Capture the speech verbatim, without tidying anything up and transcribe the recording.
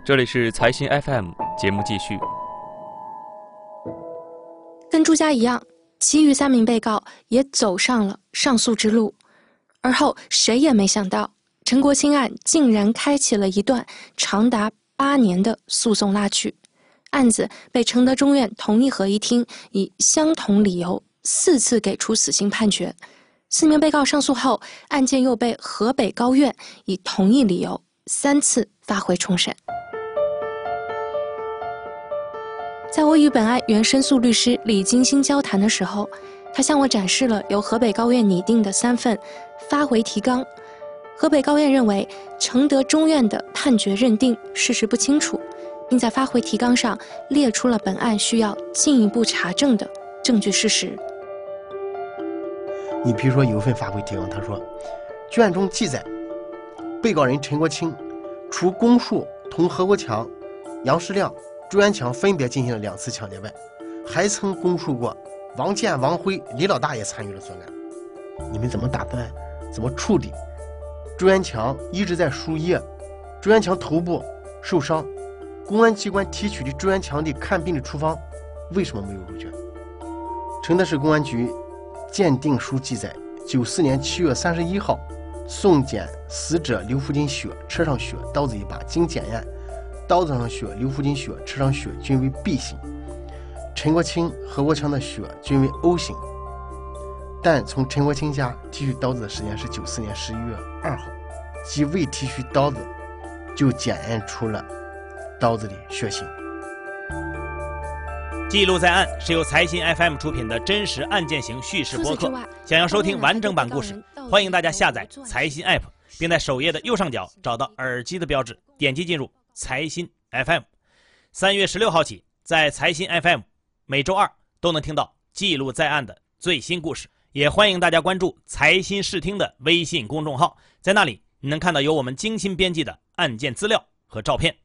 这里是财新 F M 节目继续。 跟朱家一样，其余三名被告也走上了上诉之路。而后谁也没想到，陈国清案竟然开启了一段长达八年的诉讼拉锯。案子被承德中院同一合议庭以相同理由四次给出死刑判决。四名被告上诉后，案件又被河北高院以同一理由三次发回重审。在我与本案原申诉律师李金星交谈的时候，他向我展示了由河北高院拟定的三份发回提纲。河北高院认为承德中院的判决认定事实不清楚，并在发回提纲上列出了本案需要进一步查证的证据事实。 你比如说有一份发回提纲，他说卷中记载，被告人陈国清除供述同何国强、杨世亮、朱元强分别进行了两次抢劫外，还曾供述过王建、王辉、李老大也参与了作案。你们怎么打算怎么处理？朱元强一直在输液，朱元强头部受伤，公安机关提取的朱元强的看病的处方为什么没有入卷？承德市公安局鉴定书记载，九四年七月三十一号送检死者刘福金血，车上血刀子一把，经检验，刀子上血、刘福金血、车上血均为 B 型，陈国清、何国强的血均为 O 型，但从陈国清家提取刀子的时间是九四年十一月二号，即未提取刀子就检验出了刀子的血型。 记录在案是由财新 F M 出品的真实案件型叙事播客。想要收听完整版故事，欢迎大家下载财新 App， 并在首页的右上角找到耳机的标志，点击进入财新 F M。三月十六号起，在财新 F M 每周二都能听到记录在案的最新故事。也欢迎大家关注财新视听的微信公众号，在那里你能看到由我们精心编辑的案件资料和照片。